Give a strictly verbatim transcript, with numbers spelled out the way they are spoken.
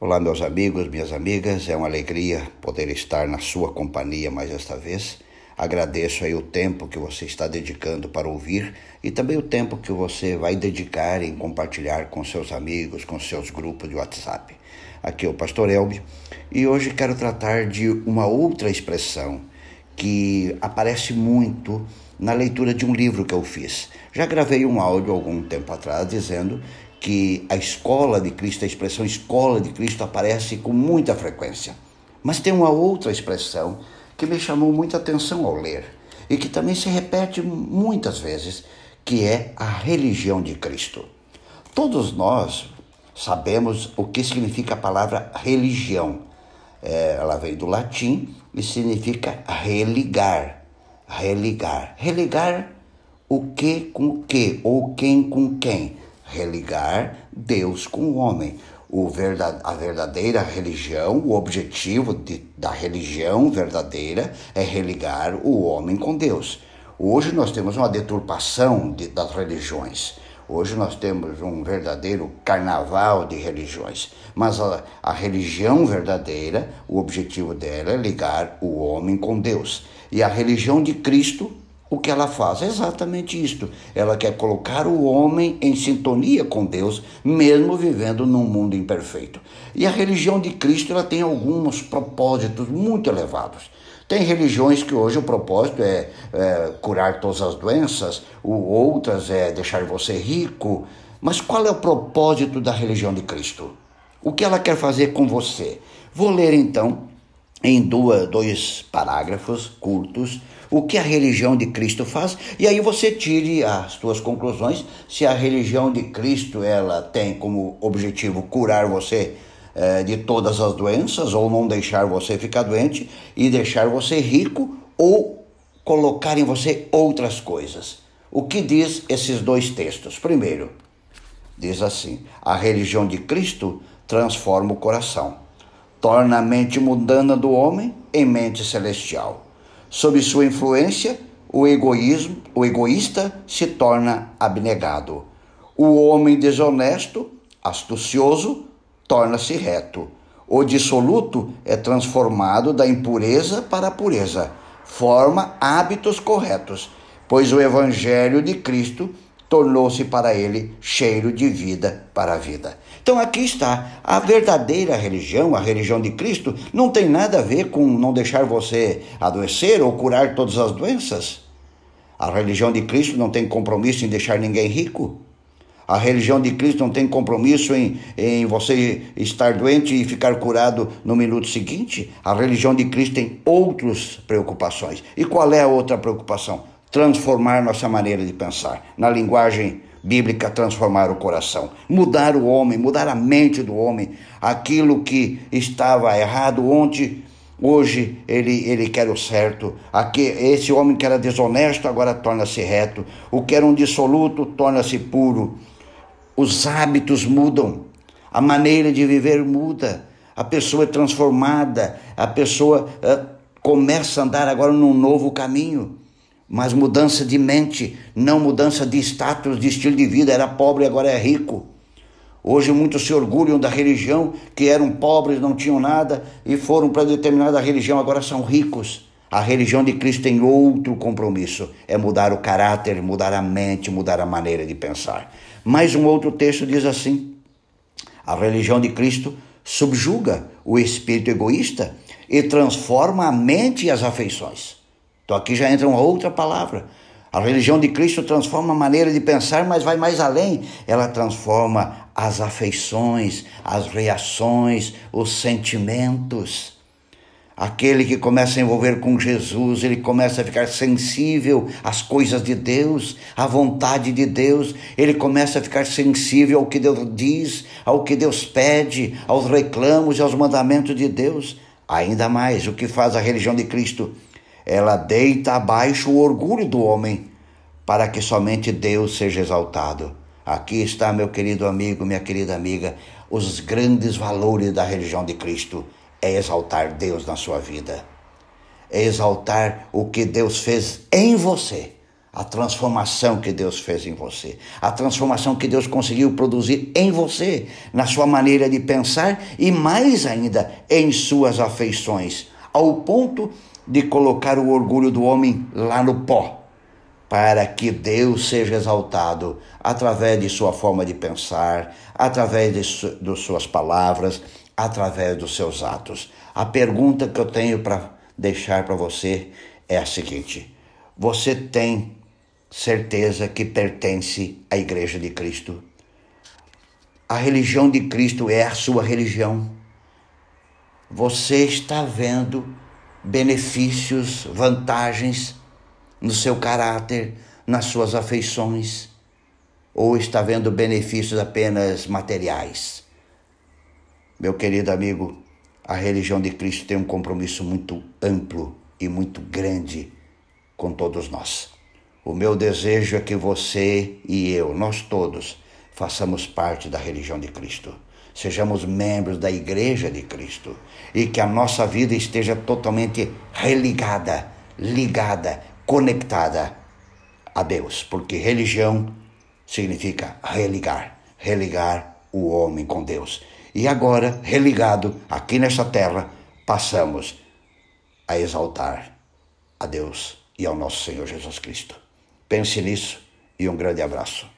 Olá, meus amigos, minhas amigas, é uma alegria poder estar na sua companhia mais esta vez. Agradeço aí o tempo que você está dedicando para ouvir e também o tempo que você vai dedicar em compartilhar com seus amigos, com seus grupos de WhatsApp. Aqui é o Pastor Elbio e hoje quero tratar de uma outra expressão que aparece muito na leitura de um livro que eu fiz. Já gravei um áudio algum tempo atrás dizendo que a escola de Cristo, a expressão escola de Cristo aparece com muita frequência. Mas tem uma outra expressão que me chamou muita atenção ao ler e que também se repete muitas vezes, que é a religião de Cristo. Todos nós sabemos o que significa a palavra religião. É, ela vem do latim e significa religar. Religar. Religar o que com o que, ou quem com quem. Religar Deus com o homem. O verdade, a verdadeira religião, o objetivo de, da religião verdadeira é religar o homem com Deus. Hoje nós temos uma deturpação de, das religiões. Hoje nós temos um verdadeiro carnaval de religiões. Mas a, a religião verdadeira, o objetivo dela é ligar o homem com Deus. E a religião de Cristo, o que ela faz é exatamente isto. Ela quer colocar o homem em sintonia com Deus, mesmo vivendo num mundo imperfeito. E a religião de Cristo ela tem alguns propósitos muito elevados. Tem religiões que hoje o propósito é, é curar todas as doenças, outras é deixar você rico. Mas qual é o propósito da religião de Cristo? O que ela quer fazer com você? Vou ler então em duas, dois parágrafos curtos o que a religião de Cristo faz, e aí você tire as suas conclusões se a religião de Cristo ela tem como objetivo curar você eh, de todas as doenças, ou não deixar você ficar doente e deixar você rico, ou colocar em você outras coisas. O que diz esses dois textos? Primeiro, diz assim: a religião de Cristo transforma o coração, torna a mente mundana do homem em mente celestial. Sob sua influência, o egoísmo, o egoísta se torna abnegado. O homem desonesto, astucioso, torna-se reto. O dissoluto é transformado da impureza para a pureza. Forma hábitos corretos, pois o evangelho de Cristo tornou-se para ele cheiro de vida para a vida. Então aqui está, a verdadeira religião, a religião de Cristo, não tem nada a ver com não deixar você adoecer ou curar todas as doenças. A religião de Cristo não tem compromisso em deixar ninguém rico. A religião de Cristo não tem compromisso em, em você estar doente e ficar curado no minuto seguinte. A religião de Cristo tem outras preocupações. E qual é a outra preocupação? Transformar nossa maneira de pensar. Na linguagem bíblica, transformar o coração. Mudar o homem, mudar a mente do homem. Aquilo que estava errado ontem, hoje ele, ele quer o certo. Aqui, esse homem que era desonesto agora torna-se reto. O que era um dissoluto torna-se puro. Os hábitos mudam. A maneira de viver muda. A pessoa é transformada. A pessoa uh, começa a andar agora num novo caminho. Mas mudança de mente, não mudança de status, de estilo de vida. Era pobre e agora é rico. Hoje muitos se orgulham da religião, que eram pobres, não tinham nada, e foram para determinada religião, agora são ricos. A religião de Cristo tem outro compromisso, é mudar o caráter, mudar a mente, mudar a maneira de pensar. Mais um outro texto diz assim: a religião de Cristo subjuga o espírito egoísta e transforma a mente e as afeições. Então aqui já entra uma outra palavra. A religião de Cristo transforma a maneira de pensar, mas vai mais além. Ela transforma as afeições, as reações, os sentimentos. Aquele que começa a envolver com Jesus, ele começa a ficar sensível às coisas de Deus, à vontade de Deus. Ele começa a ficar sensível ao que Deus diz, ao que Deus pede, aos reclamos e aos mandamentos de Deus. Ainda mais, o que faz a religião de Cristo? Ela deita abaixo o orgulho do homem para que somente Deus seja exaltado. Aqui está, meu querido amigo, minha querida amiga, os grandes valores da religião de Cristo. É exaltar Deus na sua vida. É exaltar o que Deus fez em você. a transformação que Deus fez em você, a transformação que Deus conseguiu produzir em você, na sua maneira de pensar e mais ainda em suas afeições, ao ponto de colocar o orgulho do homem lá no pó, para que Deus seja exaltado através de sua forma de pensar, através de, su- de suas palavras, através dos seus atos. A pergunta que eu tenho para deixar para você é a seguinte: você tem certeza que pertence à Igreja de Cristo? A religião de Cristo é a sua religião? Você está vendo benefícios, vantagens no seu caráter, nas suas afeições? Ou está vendo benefícios apenas materiais? Meu querido amigo, a religião de Cristo tem um compromisso muito amplo e muito grande com todos nós. O meu desejo é que você e eu, nós todos, façamos parte da religião de Cristo. Sejamos membros da Igreja de Cristo e que a nossa vida esteja totalmente religada, ligada, conectada a Deus, porque religião significa religar, religar o homem com Deus. E agora, religado aqui nesta terra, passamos a exaltar a Deus e ao nosso Senhor Jesus Cristo. Pense nisso e um grande abraço.